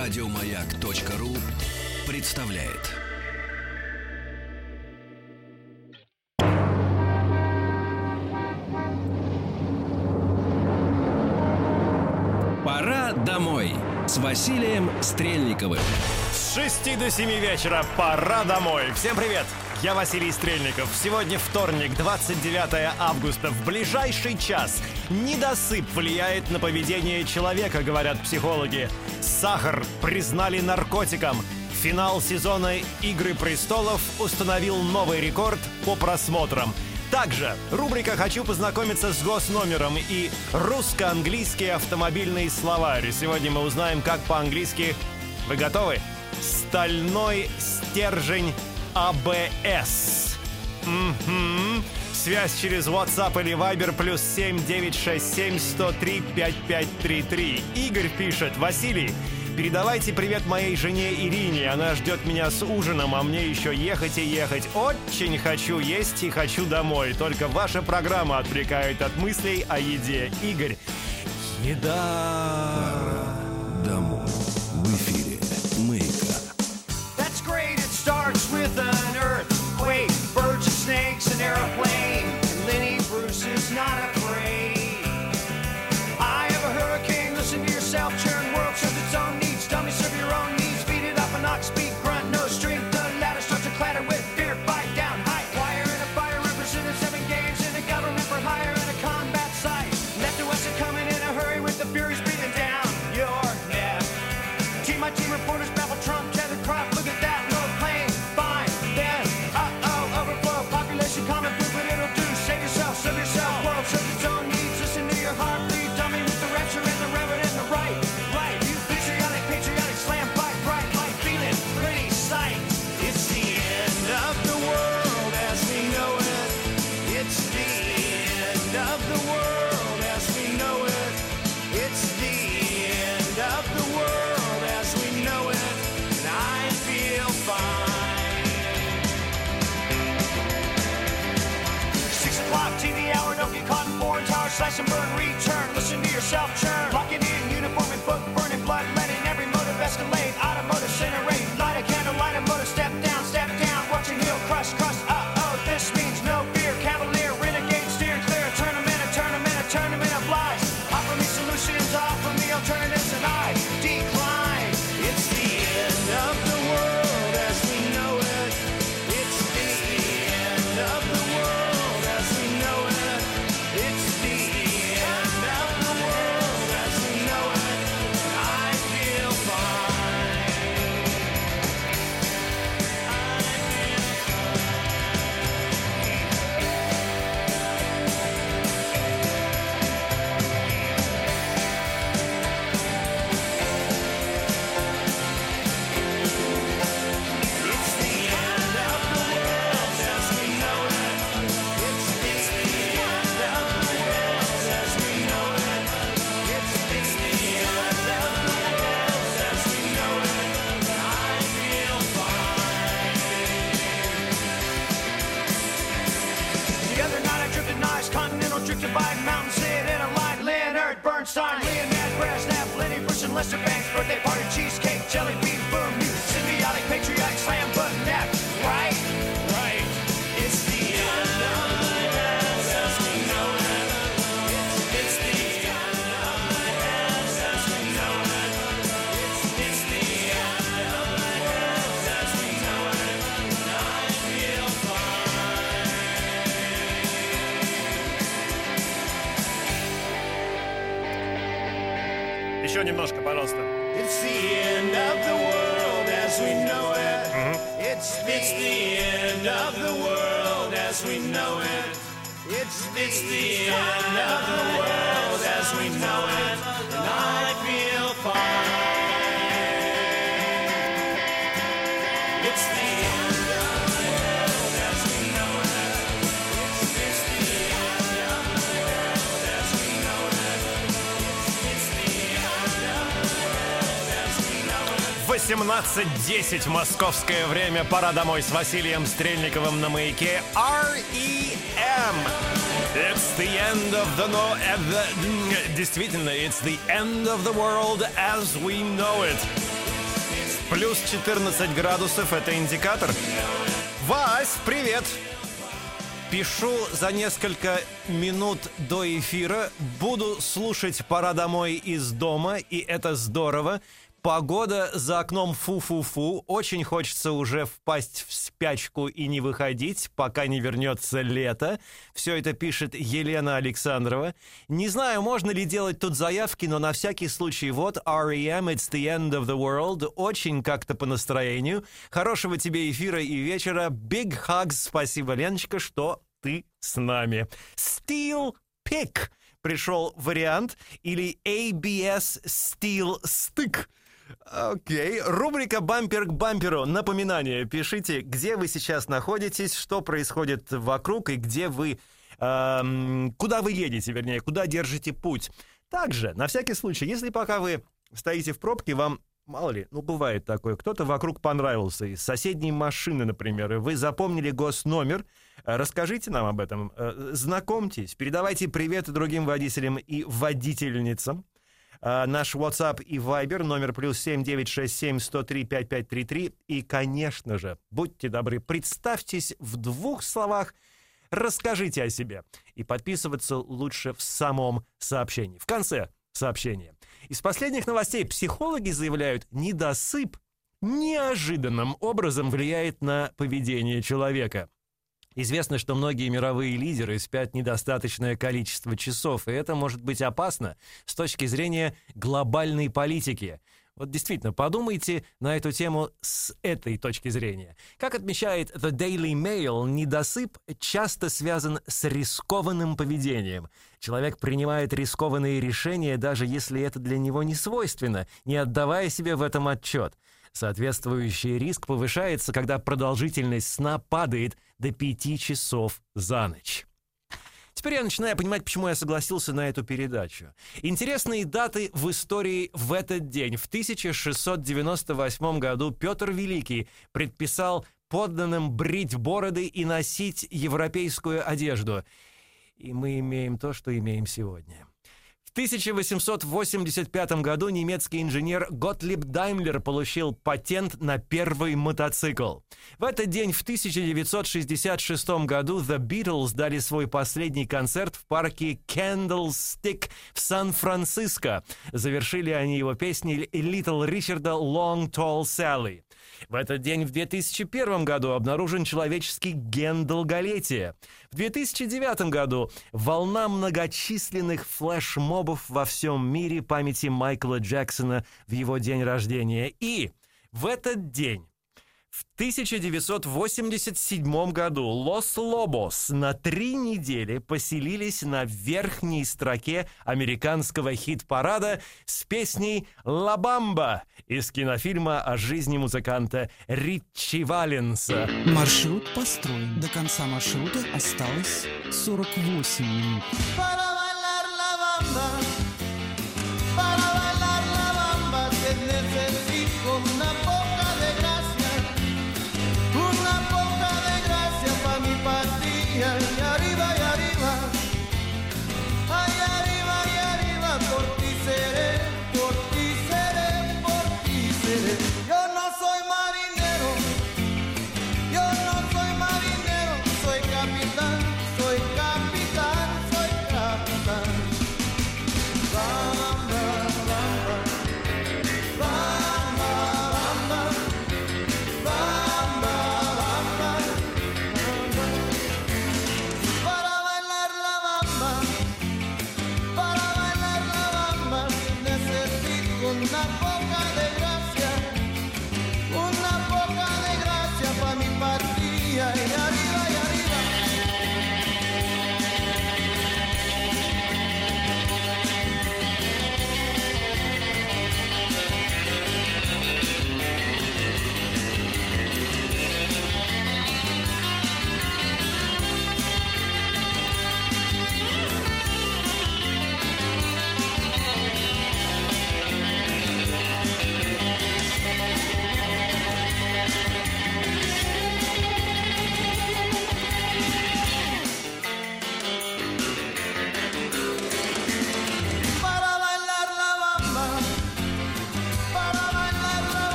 Радиомаяк.ру представляет. Пора домой с Василием Стрельниковым. С 6 до 7 вечера пора домой. Всем привет! Я Василий Стрельников. Сегодня вторник, 29 августа. В ближайший час недосып влияет на поведение человека, говорят психологи. Сахар признали наркотиком. Финал сезона «Игры престолов» установил новый рекорд по просмотрам. Также рубрика «Хочу познакомиться с госномером» и русско-английский автомобильный словарь. Сегодня мы узнаем, как по-английски. Вы готовы? Стальной стержень АБС. Связь через WhatsApp или Viber +7 967 103 5533. Игорь пишет: Василий, передавайте привет моей жене Ирине. Она ждет меня с ужином, а мне еще ехать и ехать. Очень хочу есть и хочу домой. Только ваша программа отвлекает от мыслей о еде. Игорь, еда. Пора домой. В эфире Маяка. That's great, it starts with an earthquake, birds and snakes, an airplane, and Lenny Bruce is not afraid. I have a hurricane, listen to yourself, churn, world serves its own needs, dummy serve your own needs, beat it up an ox, speak, grunt, no strength, the ladder starts to clatter with fear, fight down, high wire in a fire, represented 7 games in a government for hire in a combat site, left to west are coming in a hurry with the furies breathing down your neck. My team reporters babble Trump, tether crop, look at that, low plane, fine, then, overflow, population common food, but it'll do, save yourself, serve yourself, world serves its own needs, listen to your heart, bleed, dummy with the rapture and the reverend and the right, you patriotic, slam, fight, bright, light, feeling, pretty sight, it's the end of the world as we know it, it's the end of the world as we know it, it's the end of the world. TV hour, don't get caught in foreign tower, slash and burn, return, listen to yourself churn, lock it in, uniform and book, burning blood, letting every motive escalate, automotive incinerate, light a candle, light a motor, step down, watching heel crush, this means no fear, cavalier, renegade, steer clear, a tournament of lies, offer me solutions, offer me alternatives, and I decline, it's the end of the world as we know it, it's the end of the world. Drifted by mountains, sit in a line, Leonard Bernstein, Leonard Brezhnev, Lenny Bruce and Lester Banks, birthday party, cheesecake, jelly bean, boom, you symbiotic, patriotic, slam button, nap, right, it's the end of the world as we know it, it's the end of the world as we know it, it's the end of the world as we know it, and I feel fine. Еще немножко, пожалуйста. It's the end of the world as we know it. It's the end of the world as we know it. It's the end of the world as we know it. And I feel fine. It's the end of the world as we know it. It's the end of the world as we know it. It's the end of the world as we know it. 18:10 московское время. Пора домой с Василием Стрельниковым на Маяке. R.E.M. It's the end of the Действительно, it's the end of the world as we know it. Плюс 14 градусов — это индикатор. Вась, привет! Пишу за несколько минут до эфира. Буду слушать «Пора домой» из дома, и это здорово. Погода за окном фу-фу-фу. Очень хочется уже впасть в спячку и не выходить, пока не вернется лето. Все это пишет Елена Александрова. Не знаю, можно ли делать тут заявки, но на всякий случай вот R.E.M. It's the end of the world. Очень как-то по настроению. Хорошего тебе эфира и вечера. Big hugs. Спасибо, Леночка, что ты с нами. Steel Pick. Пришел вариант. Или ABS Steel Stick. Окей. Рубрика «Бампер к бамперу». Напоминание. Пишите, где вы сейчас находитесь, что происходит вокруг и где вы... куда вы едете, вернее, куда держите путь. Также, на всякий случай, если пока вы стоите в пробке, вам, мало ли, бывает такое, кто-то вокруг понравился, из соседней машины, например, и вы запомнили госномер, расскажите нам об этом, знакомьтесь, передавайте привет другим водителям и водительницам. Наш WhatsApp и Viber, номер +7 967 103 5533. И, конечно же, будьте добры, представьтесь в 2 словах, расскажите о себе. И подписываться лучше в самом сообщении, в конце сообщения. Из последних новостей психологи заявляют, недосып неожиданным образом влияет на поведение человека. Известно, что многие мировые лидеры спят недостаточное количество часов, и это может быть опасно с точки зрения глобальной политики. Вот действительно, подумайте на эту тему с этой точки зрения. Как отмечает The Daily Mail, недосып часто связан с рискованным поведением. Человек принимает рискованные решения, даже если это для него не свойственно, не отдавая себе в этом отчет. Соответствующий риск повышается, когда продолжительность сна падает до 5 часов за ночь. Теперь я начинаю понимать, почему я согласился на эту передачу. Интересные даты в истории в этот день. В 1698 году Петр Великий предписал подданным брить бороды и носить европейскую одежду. И мы имеем то, что имеем сегодня. В 1885 году немецкий инженер Готлиб Даймлер получил патент на первый мотоцикл. В этот день, в 1966 году, The Beatles дали свой последний концерт в парке Candlestick в Сан-Франциско. Завершили они его песней Little Richard'а Long Tall Sally. В этот день, в 2001 году, обнаружен человеческий ген долголетия. В 2009 году волна многочисленных флешмобов во всем мире памяти Майкла Джексона в его день рождения. И в этот день, в 1987 году, Los Lobos на 3 недели поселились на верхней строке американского хит-парада с песней «La Bamba» из кинофильма о жизни музыканта Ричи Валенса. Маршрут построен. До конца маршрута осталось 48 минут.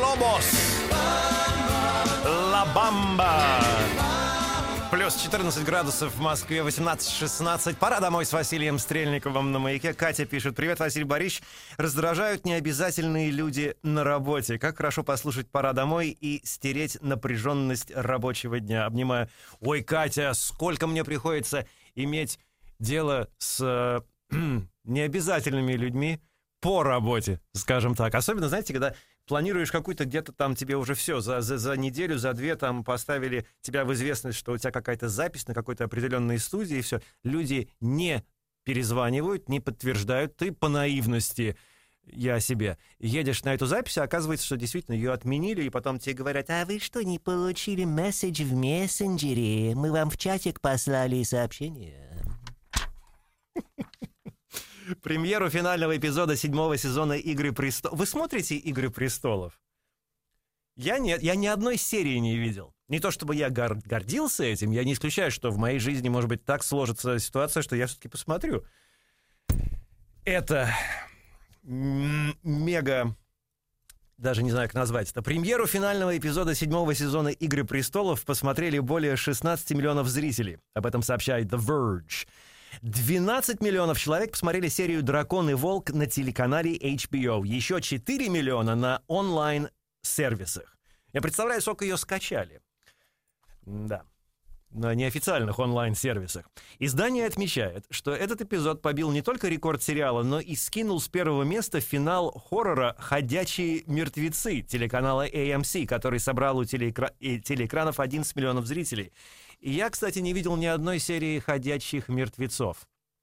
Лобос. Ла Бамба. Плюс 14 градусов в Москве, 18-16. Пора домой с Василием Стрельниковым на «Маяке». Катя пишет: «Привет, Василий Борисович. Раздражают необязательные люди на работе. Как хорошо послушать «Пора домой» и стереть напряженность рабочего дня». Обнимаю. Ой, Катя, сколько мне приходится иметь дело с необязательными людьми по работе, скажем так. Особенно, знаете, когда планируешь какую-то где-то там, тебе уже все, за неделю, за две там поставили тебя в известность, что у тебя какая-то запись на какой-то определенной студии, и все. Люди не перезванивают, не подтверждают. Ты по наивности, я о себе, едешь на эту запись, а оказывается, что действительно ее отменили, и потом тебе говорят: а вы что, не получили месседж в мессенджере? Мы вам в чатик послали сообщение. Премьеру финального эпизода 7-го сезона «Игры престолов». Вы смотрите «Игры престолов»? Я нет, я ни одной серии не видел. Не то чтобы я гордился этим, я не исключаю, что в моей жизни, может быть, так сложится ситуация, что я все-таки посмотрю. Это мега... Даже не знаю, как назвать это. Премьеру финального эпизода 7-го сезона «Игры престолов» посмотрели более 16 миллионов зрителей. Об этом сообщает The Verge. 12 миллионов человек посмотрели серию «Дракон и волк» на телеканале HBO. Еще 4 миллиона на онлайн-сервисах. Я представляю, сколько ее скачали. Да. На неофициальных онлайн-сервисах. Издание отмечает, что этот эпизод побил не только рекорд сериала, но и скинул с первого места финал хоррора «Ходячие мертвецы» телеканала AMC, который собрал у телеэкранов 11 миллионов зрителей. И я, кстати, не видел ни одной серии «Ходячих мертвецов».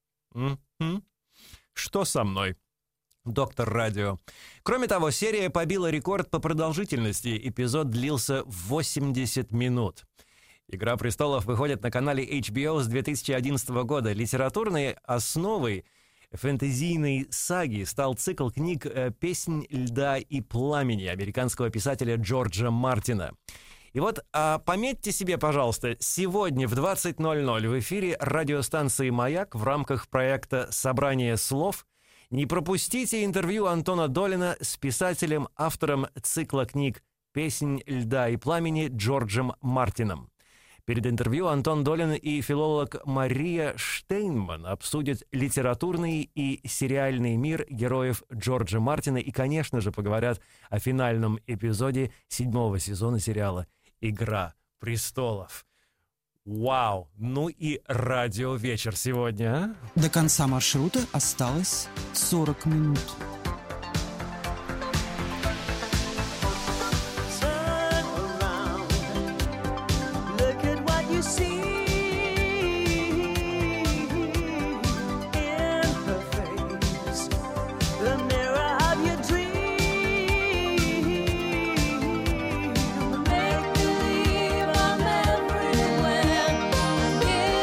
Что со мной, доктор Радио? Кроме того, серия побила рекорд по продолжительности. Эпизод длился 80 минут. «Игра престолов» выходит на канале HBO с 2011 года. Литературной основой фэнтезийной саги стал цикл книг «Песнь льда и пламени» американского писателя Джорджа Мартина. И вот пометьте себе, пожалуйста, сегодня в 20:00 в эфире радиостанции «Маяк» в рамках проекта «Собрание слов» не пропустите интервью Антона Долина с писателем, автором цикла книг «Песнь льда и пламени» Джорджем Мартином. Перед интервью Антон Долин и филолог Мария Штейнман обсудят литературный и сериальный мир героев Джорджа Мартина и, конечно же, поговорят о финальном эпизоде 7-го сезона сериала «Игра престолов». Вау! Ну и радиовечер сегодня, а? До конца маршрута осталось 40 минут.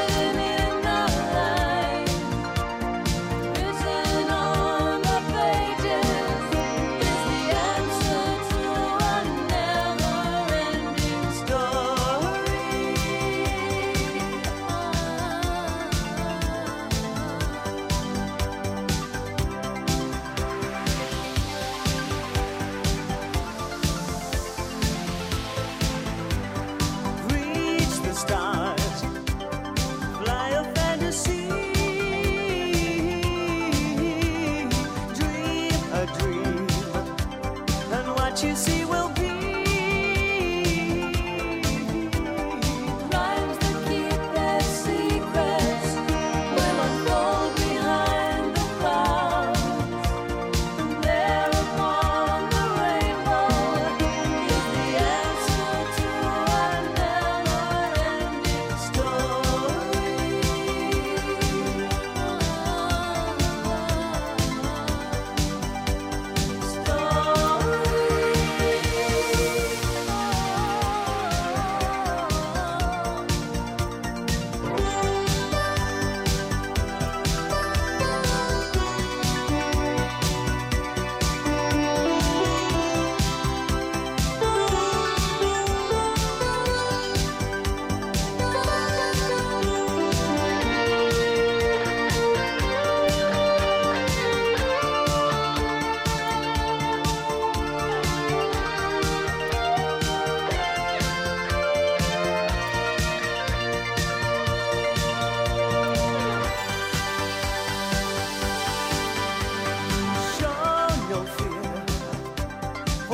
Face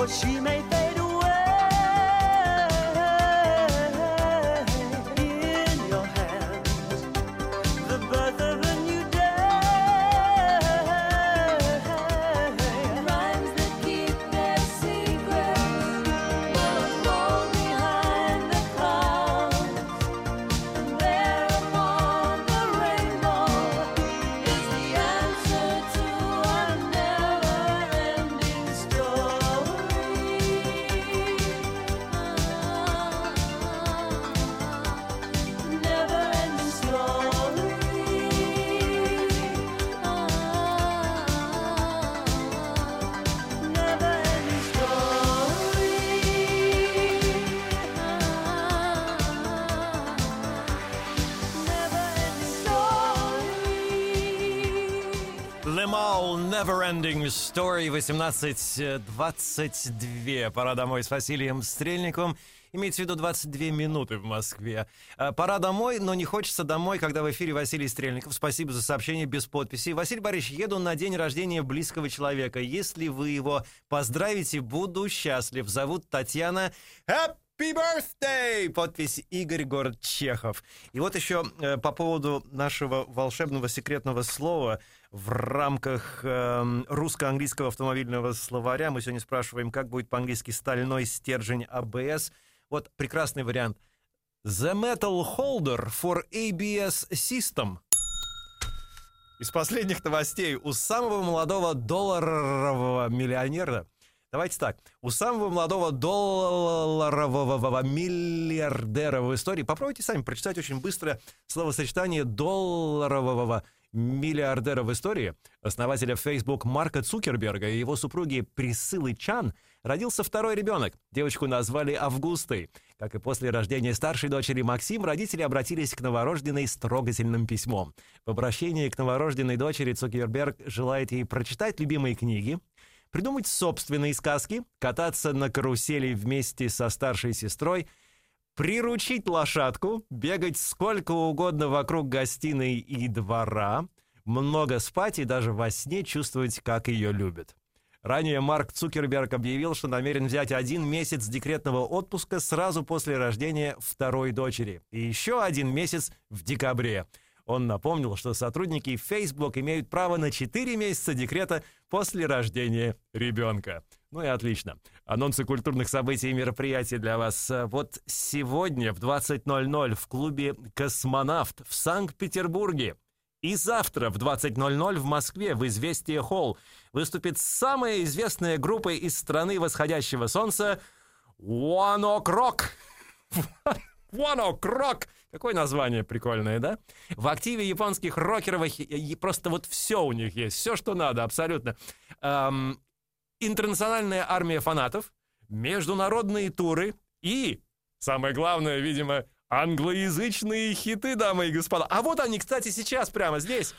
she may fade away. In your hands, the birth of a new day. Rhymes that keep their secrets will fall behind the clouds. And there upon the rainbow is the answer to a never-ending story. Never-ending story. Never-ending story. Лемау Neverending Story 18:22. Пора домой с Василием Стрельниковым. Имеется в виду 22 минуты в Москве. Пора домой, но не хочется домой, когда в эфире Василий Стрельников. Спасибо за сообщение без подписи. Василий Борисович, еду на день рождения близкого человека. Если вы его поздравите, буду счастлив. Зовут Татьяна. Happy birthday! Подпись Игорь, город Чехов. И вот еще по поводу нашего волшебного секретного слова в рамках русско-английского автомобильного словаря. Мы сегодня спрашиваем, как будет по-английски стальной стержень АБС. Вот прекрасный вариант. The metal holder for ABS system. Из последних новостей у самого молодого долларового миллионера. Давайте так. У самого молодого долларового миллиардера в истории. Попробуйте сами прочитать очень быстро словосочетание долларового миллиардера в истории. Основателя Facebook Марка Цукерберга и его супруги Присциллы Чан родился второй ребенок. Девочку назвали Августой. Как и после рождения старшей дочери Максим, родители обратились к новорожденной с трогательным письмом. В обращении к новорожденной дочери Цукерберг желает ей прочитать любимые книги, придумать собственные сказки, кататься на карусели вместе со старшей сестрой, приручить лошадку, бегать сколько угодно вокруг гостиной и двора, много спать и даже во сне чувствовать, как ее любят. Ранее Марк Цукерберг объявил, что намерен взять 1 месяц декретного отпуска сразу после рождения второй дочери и еще 1 месяц в декабре. Он напомнил, что сотрудники Facebook имеют право на 4 месяца декрета после рождения ребенка. Ну и отлично. Анонсы культурных событий и мероприятий для вас. Вот сегодня в 20:00 в клубе «Космонавт» в Санкт-Петербурге. И завтра в 20:00 в Москве в «Известия Холл» выступит самая известная группа из страны восходящего солнца One Ok Rock. One Ok Rock. Какое название прикольное, да? В активе японских рокеров просто вот все у них есть, все, что надо, абсолютно. Интернациональная армия фанатов, международные туры и, самое главное, видимо, англоязычные хиты, дамы и господа. А вот они, кстати, сейчас прямо здесь.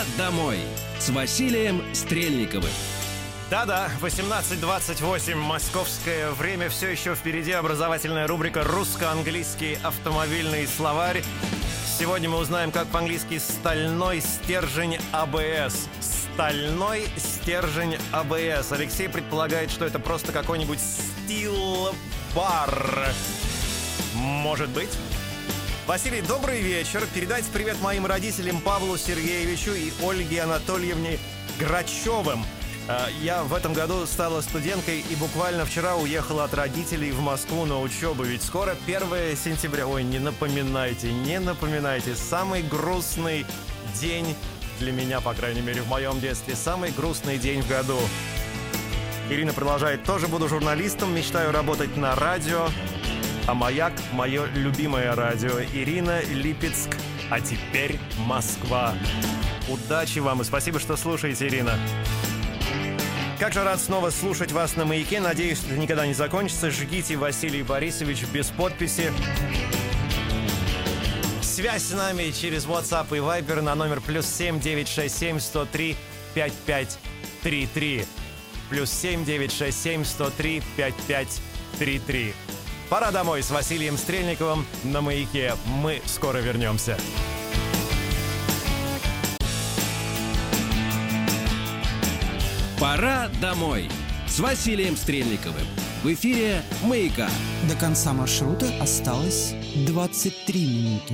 домой с Василием Стрельниковым. Да-да, 18:28 московское время. Все еще впереди образовательная рубрика «Русско-английский автомобильный словарь». Сегодня мы узнаем, как по-английски «стальной стержень АБС». Стальной стержень АБС. Алексей предполагает, что это просто какой-нибудь стил-бар. Может быть? Василий, добрый вечер. Передайте привет моим родителям Павлу Сергеевичу и Ольге Анатольевне Грачевым. Я в этом году стала студенткой и буквально вчера уехала от родителей в Москву на учебу. Ведь скоро 1 сентября. Ой, не напоминайте. Самый грустный день для меня, по крайней мере, в моем детстве. Самый грустный день в году. Ирина продолжает. Тоже буду журналистом, мечтаю работать на радио. А «Маяк» — мое любимое радио. Ирина, Липецк, а теперь Москва. Удачи вам и спасибо, что слушаете, Ирина. Как же рад снова слушать вас на «Маяке». Надеюсь, это никогда не закончится. Жгите, Василий Борисович, без подписи. Связь с нами через WhatsApp и Viber на номер +7 967 103 5533. +7 967 103 5533. Пора домой с Василием Стрельниковым на «Маяке». Мы скоро вернемся. Пора домой с Василием Стрельниковым. В эфире «Маяка». До конца маршрута осталось 23 минуты.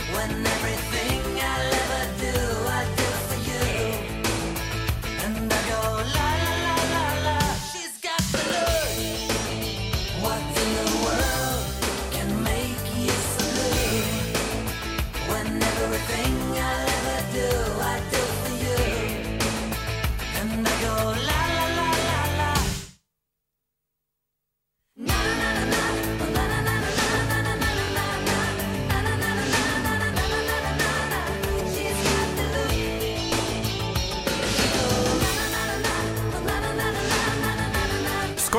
Everything I'll ever do, I do for you. And I go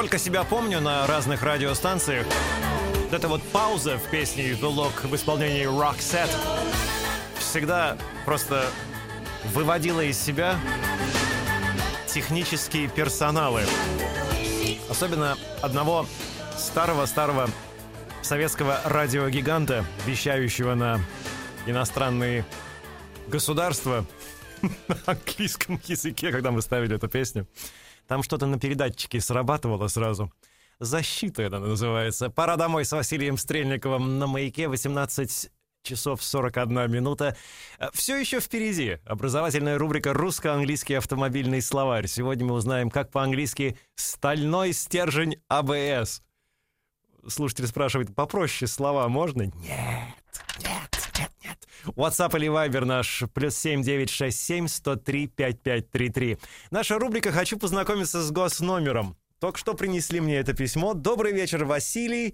Сколько себя помню на разных радиостанциях, вот эта вот пауза в песне The Look в исполнении Roxette всегда просто выводила из себя технические персоналы. Особенно одного старого-старого советского радиогиганта, вещающего на иностранные государства на английском языке, когда мы ставили эту песню. Там что-то на передатчике срабатывало сразу. «Защита» это называется. «Пора домой» с Василием Стрельниковым на «Маяке». 18 часов 41 минута. Все еще впереди. Образовательная рубрика «Русско-английский автомобильный словарь». Сегодня мы узнаем, как по-английски «стальной стержень АБС». Слушатель спрашивает, попроще слова можно? Нет. WhatsApp или Viber наш +7 967 103 5533. Наша рубрика «Хочу познакомиться с госномером». Только что принесли мне это письмо. Добрый вечер, Василий.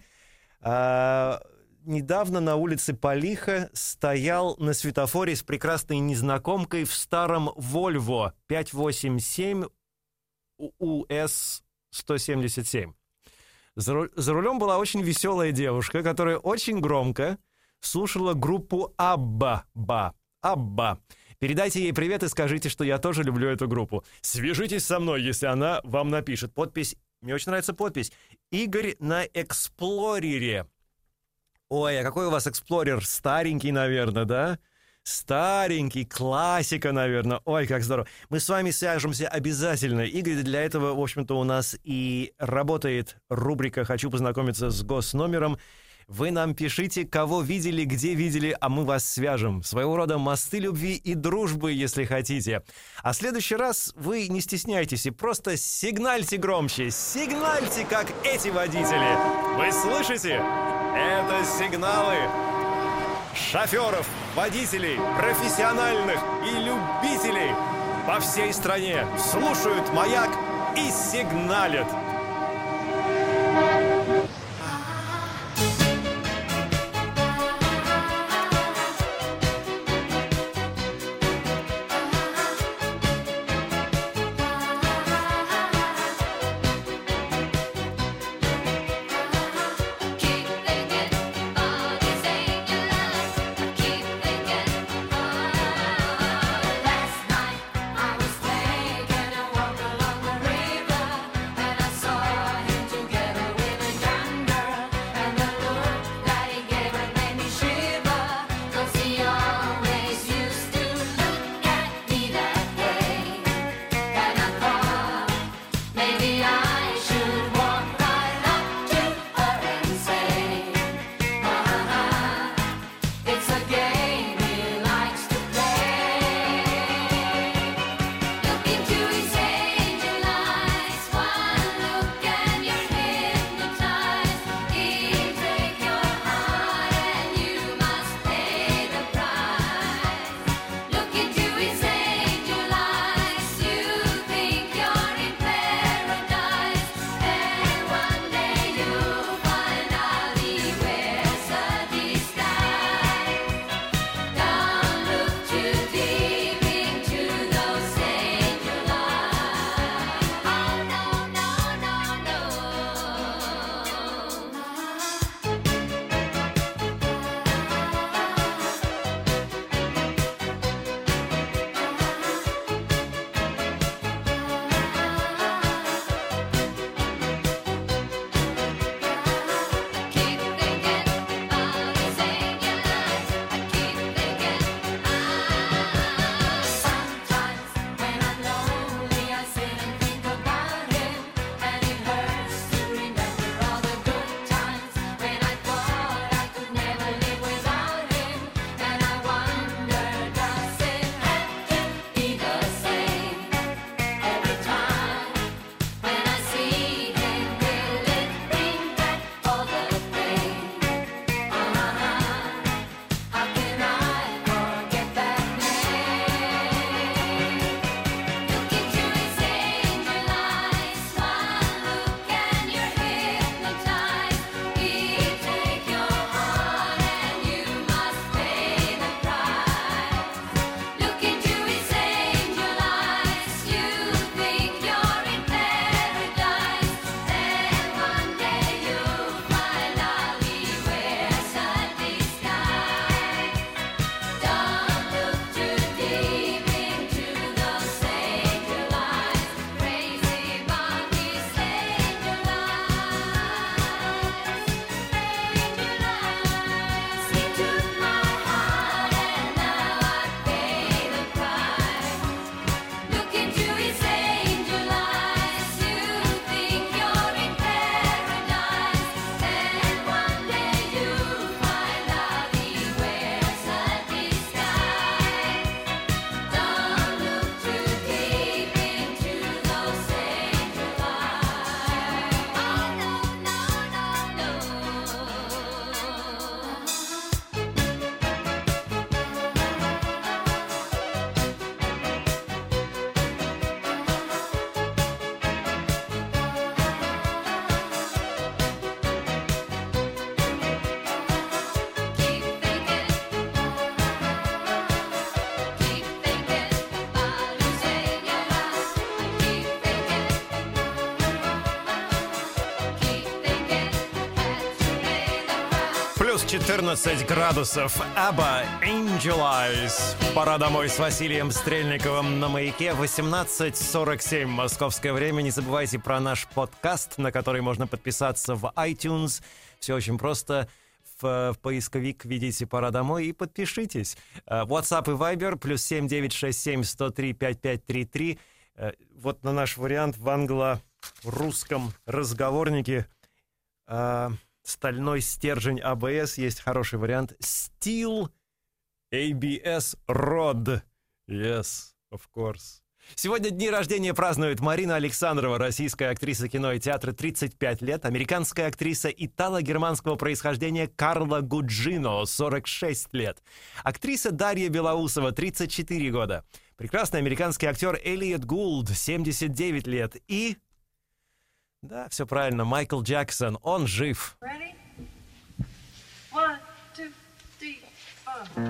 Недавно на улице Полиха стоял на светофоре с прекрасной незнакомкой в старом Volvo 587 US 177. За рулем была очень веселая девушка, которая очень громко слушала группу Абба. Передайте ей привет и скажите, что я тоже люблю эту группу. Свяжитесь со мной, если она вам напишет. Подпись, мне очень нравится подпись. Игорь на Эксплорере. Ой, а какой у вас Эксплорер? Старенький, наверное, да? Старенький, классика, наверное. Ой, как здорово. Мы с вами свяжемся обязательно. Игорь, для этого, в общем-то, у нас и работает рубрика «Хочу познакомиться с госномером». Вы нам пишите, кого видели, где видели, а мы вас свяжем. Своего рода мосты любви и дружбы, если хотите. А в следующий раз вы не стесняйтесь и просто сигнальте громче. Сигнальте, как эти водители. Вы слышите? Это сигналы шоферов, водителей, профессиональных и любителей по всей стране. Слушают «Маяк» и сигналят. Last night I was thinking I walked along the river and I 14 градусов. ABBA, Angel Eyes. Пора домой с Василием Стрельниковым на Маяке. 18:47 московское время. Не забывайте про наш подкаст, на который можно подписаться в iTunes. Все очень просто. В поисковик введите «Пора домой» и подпишитесь. WhatsApp и Viber +7 967 103 5533. Вот на наш вариант в англо-русском разговорнике стальной стержень ABS есть хороший вариант. Steel ABS Rod. Yes, of course. Сегодня дни рождения празднует Марина Александрова, российская актриса кино и театра, 35 лет, американская актриса итало-германского происхождения Карла Гуджино, 46 лет, актриса Дарья Белоусова, 34 года, прекрасный американский актер Элиот Гулд, 79 лет и... Да, все правильно, Майкл Джексон, он жив. Ready? 1, 2, 3, 4.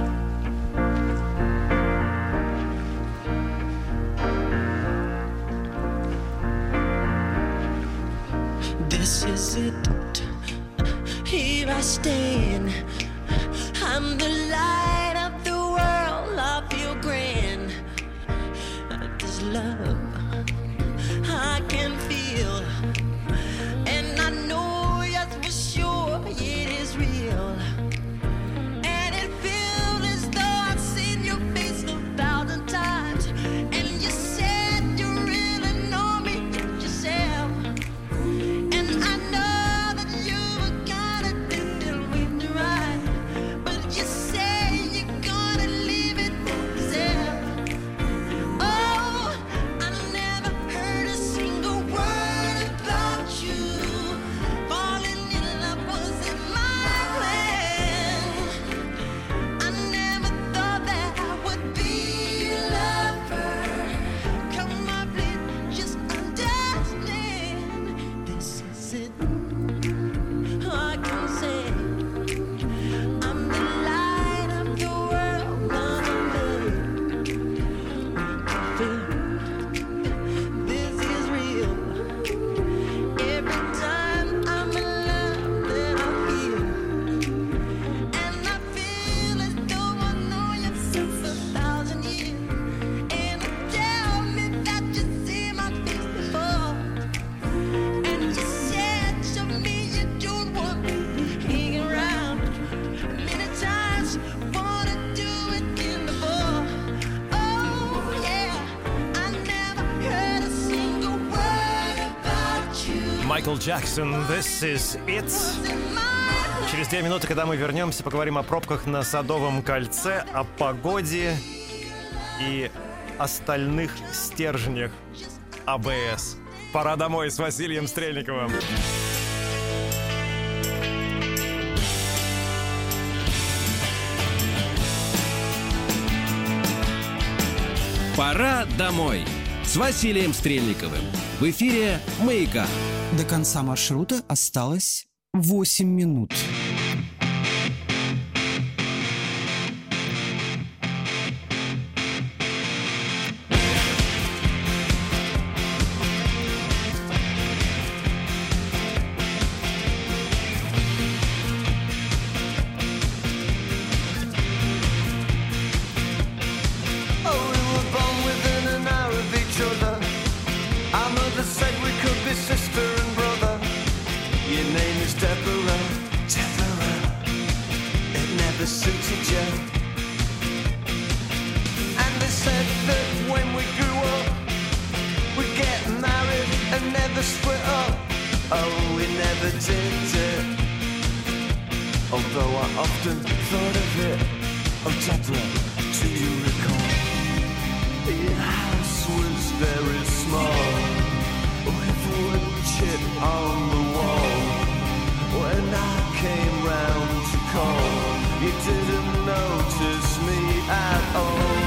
This is it. Here I stand. I'm the light of the world. I feel grand. This love I can feel, and I know yes for sure it is real. And it feels as though I've seen your face 1,000 times, and you said you really know me yourself. And I know that you were gonna do it with the right, but you say you're gonna leave it yourself. Oh, I never heard a single word about you. Falling in love wasn't my plan. I never thought that I would be your lover. Come on, please, just understand. This is it. I can say I'm the light of the world. I'm this is real. Every time I'm in love, then I feel, and I feel as though I know you since 1,000 years. And you tell me that you see my face before, and you said to me you don't want me hanging around. Many times wanna do it in before. Oh yeah, I never heard a single word about you. Майкл Джексон, This is it. Через 2 минуты, когда мы вернемся, поговорим о пробках на Садовом кольце, о погоде и остальных стержнях АБС. Пора домой с Василием Стрельниковым. «Пора домой» с Василием Стрельниковым. В эфире «Маяка». До конца маршрута осталось 8 минут. Oh, we were born within an hour of each other. Our mother said we could be sister and brother. Your name is Deborah, Deborah. It never suited you. And they said that when we grew up, we'd get married and never split up. Oh, we never did it. Although I often thought of it. Oh, Deborah, do you recall? Your house was very small, with wood chip on the wall. When I came round to call, you didn't notice me at all.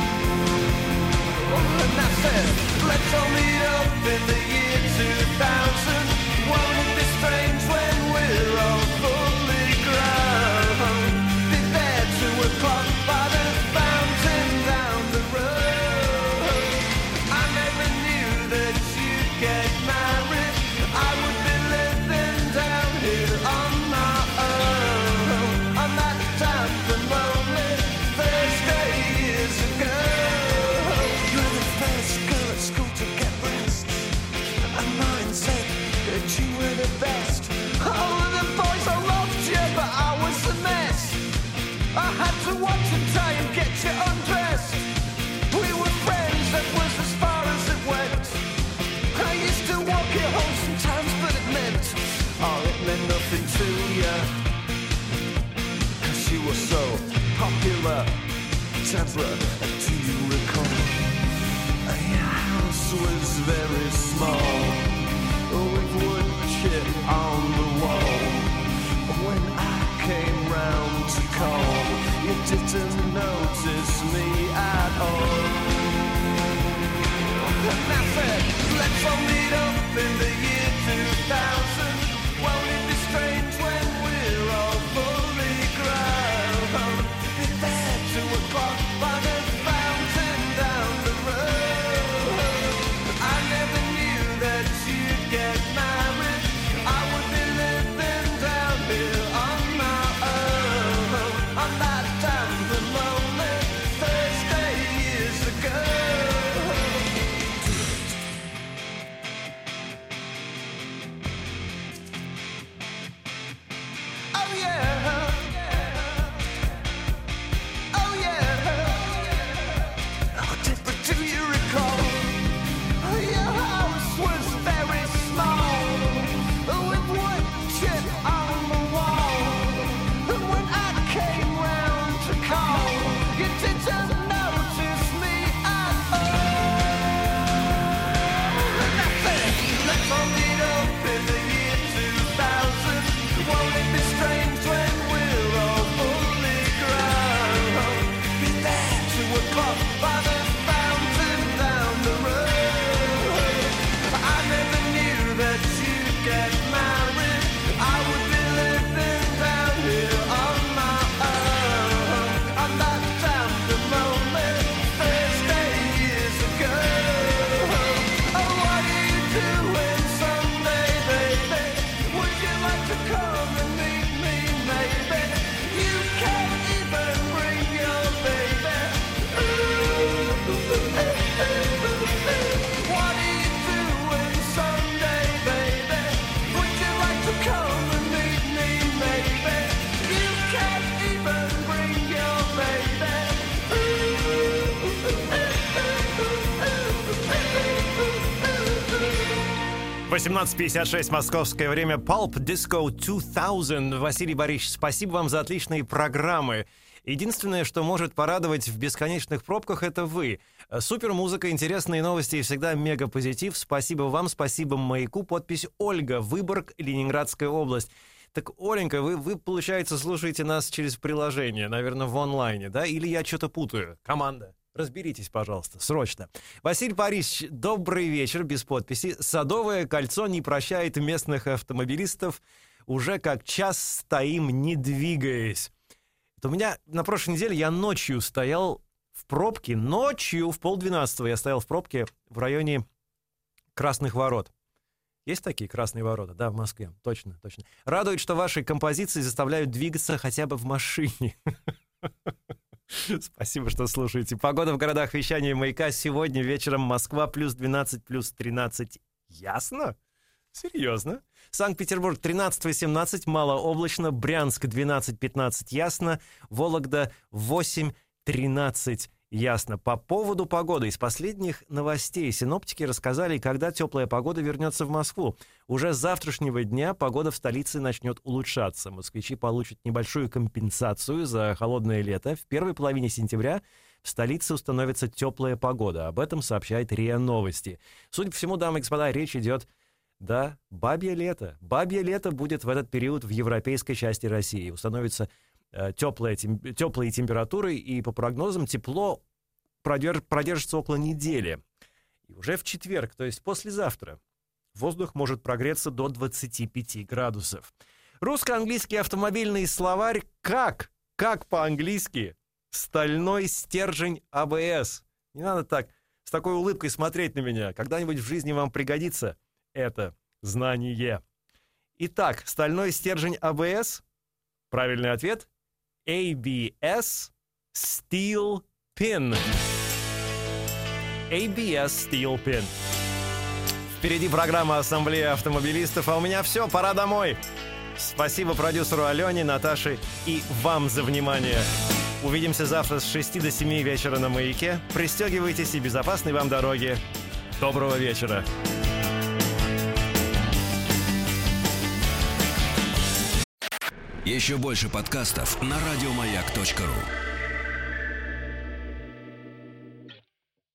And I said, let's all meet up in the year 2000. Won't it be strange when we're all fully grown? Be there 2 o'clock by the fountain down the road. I never knew that you'd get married. I would be living down here on my own. I had to watch and try and get you undressed. We were friends, that was as far as it went. I used to walk you home sometimes, but it meant nothing to you. 'Cause you were so popular. Deborah, do you recall? Your house was very small, with wood chip on the wall. When I came round to call, you didn't notice me at all. And I said, let's all meet up in the year 2000. Won't it be strange when we're all fully grown? Be there 2 o'clock by the fountain down the road. I never knew that you'd get married. I would be living down here on my own, on that damn and lonely Thursday years ago. Oh yeah, oh yeah. Oh, Deborah, do you recall? Your house was very small, with wood chip on the wall. And when I came round to call, you didn't notice me at all. And I said, let's all meet up in the year 2000. Won't it be strange when we're all fully grown? Be there 2 o'clock by the fountain down the road. I never knew that you'd get married. I would be living down here on my own, on that damn and lonely Thursday years ago. Oh, what are you doing Sunday, baby? Would you like to come and meet me, maybe? You can't even bring your baby. What are you doing Sunday, baby? Would you like to come and meet me, maybe? You can't even bring your baby. 18:56 московское время. Pulp Disco 2000. Василий Борисович, спасибо вам за отличные программы. Единственное, что может порадовать в бесконечных пробках, это вы. Супер музыка, интересные новости и всегда мега-позитив. Спасибо вам, спасибо «Маяку». Подпись Ольга, Выборг, Ленинградская область. Так, Оленька, вы, получается, слушаете нас через приложение, наверное, в онлайне, да? Или я что-то путаю? Команда, разберитесь, пожалуйста, срочно. Василий Борисович, добрый вечер, без подписи. Садовое кольцо не прощает местных автомобилистов. Уже как час стоим, не двигаясь. Это у меня на прошлой неделе я ночью стоял в пробке. Ночью в 11:30 я стоял в пробке в районе Красных ворот. Есть такие красные ворота? Да, в Москве. Точно, точно. Радует, что ваши композиции заставляют двигаться хотя бы в машине. Спасибо, что слушаете. Погода в городах вещания «Маяка» сегодня вечером. Москва +12, +13. Ясно? Серьезно? Санкт-Петербург 13-17, малооблачно. Брянск 12-15, ясно. Вологда 8-13, ясно. По поводу погоды. Из последних новостей синоптики рассказали, когда теплая погода вернется в Москву. Уже с завтрашнего дня погода в столице начнет улучшаться. Москвичи получат небольшую компенсацию за холодное лето. В первой половине сентября в столице установится теплая погода. Об этом сообщает РИА Новости. Судя по всему, дамы и господа, речь идет... Да, бабье лето. Бабье лето будет в этот период в европейской части России. Установятся теплые температуры, и по прогнозам тепло продержится около недели. И уже в четверг, то есть послезавтра, воздух может прогреться до 25 градусов. Русско-английский автомобильный словарь «Как по-английски? Стальной стержень АБС». Не надо так, с такой улыбкой смотреть на меня. Когда-нибудь в жизни вам пригодится это знание. Итак, стальной стержень АБС. Правильный ответ. ABS Steel Pin. ABS Steel Pin. Впереди программа «Ассамблея автомобилистов», а у меня все, пора домой. Спасибо продюсеру Алене, Наташе и вам за внимание. Увидимся завтра с 6 до 7 вечера на «Маяке». Пристегивайтесь и безопасной вам дороги. Доброго вечера. Еще больше подкастов на радиомаяк.ру.